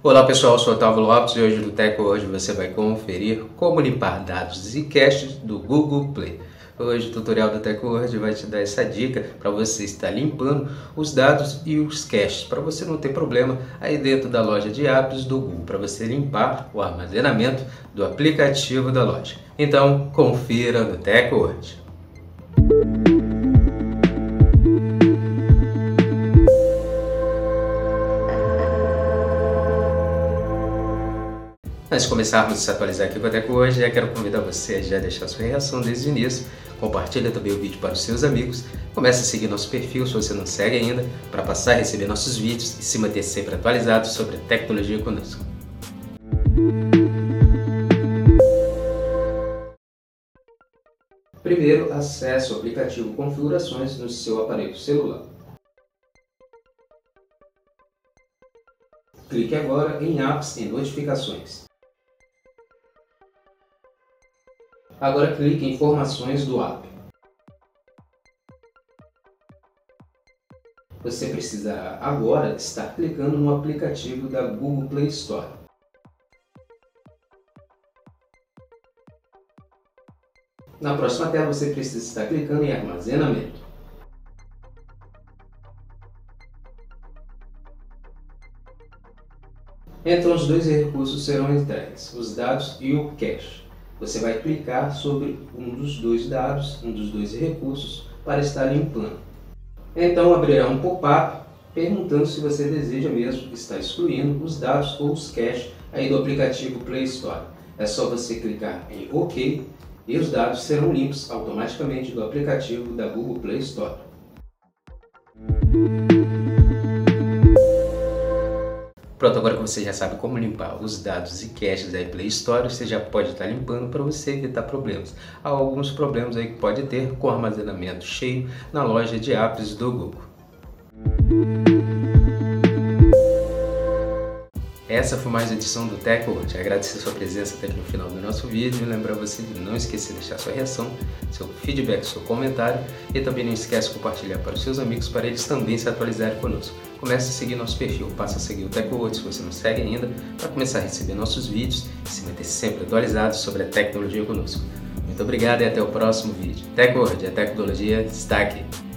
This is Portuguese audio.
Olá pessoal, eu sou Otávio Lopes e hoje no TechWord você vai conferir como limpar dados e caches do Google Play. Hoje o tutorial do TechWord vai te dar essa dica para você estar limpando os dados e os caches, para você não ter problema aí dentro da loja de apps do Google, para você limpar o armazenamento do aplicativo da loja. Então confira no TechWord. Antes de começarmos a se atualizar aqui com a TechWord, já quero convidar você a já deixar sua reação desde o início, compartilha também o vídeo para os seus amigos, comece a seguir nosso perfil se você não segue ainda, para passar a receber nossos vídeos e se manter sempre atualizado sobre a tecnologia conosco. Primeiro, acesse o aplicativo Configurações no seu aparelho celular. Clique agora em Apps e Notificações. Agora clique em Informações do app. Você precisará agora estar clicando no aplicativo da Google Play Store. Na próxima tela você precisa estar clicando em Armazenamento. Então os dois recursos serão entregues, os dados e o cache. Você vai clicar sobre um dos dois dados, um dos dois recursos, para estar limpando. Então abrirá um pop-up perguntando se você deseja mesmo estar excluindo os dados ou os caches aí do aplicativo Play Store. É só você clicar em OK e os dados serão limpos automaticamente do aplicativo da Google Play Store. Pronto, agora que você já sabe como limpar os dados e caches da Play Store, você já pode estar limpando para você evitar problemas. Há alguns problemas aí que pode ter com armazenamento cheio na loja de apps do Google. Essa foi mais uma edição do TechWord. Agradecer a sua presença até aqui no final do nosso vídeo e lembrar você de não esquecer de deixar sua reação, seu feedback, seu comentário e também não esquece de compartilhar para os seus amigos para eles também se atualizarem conosco. Comece a seguir nosso perfil, passa a seguir o TechWord se você não segue ainda, para começar a receber nossos vídeos e se manter sempre atualizado sobre a tecnologia conosco. Muito obrigado e até o próximo vídeo. TechWord, a tecnologia está aqui.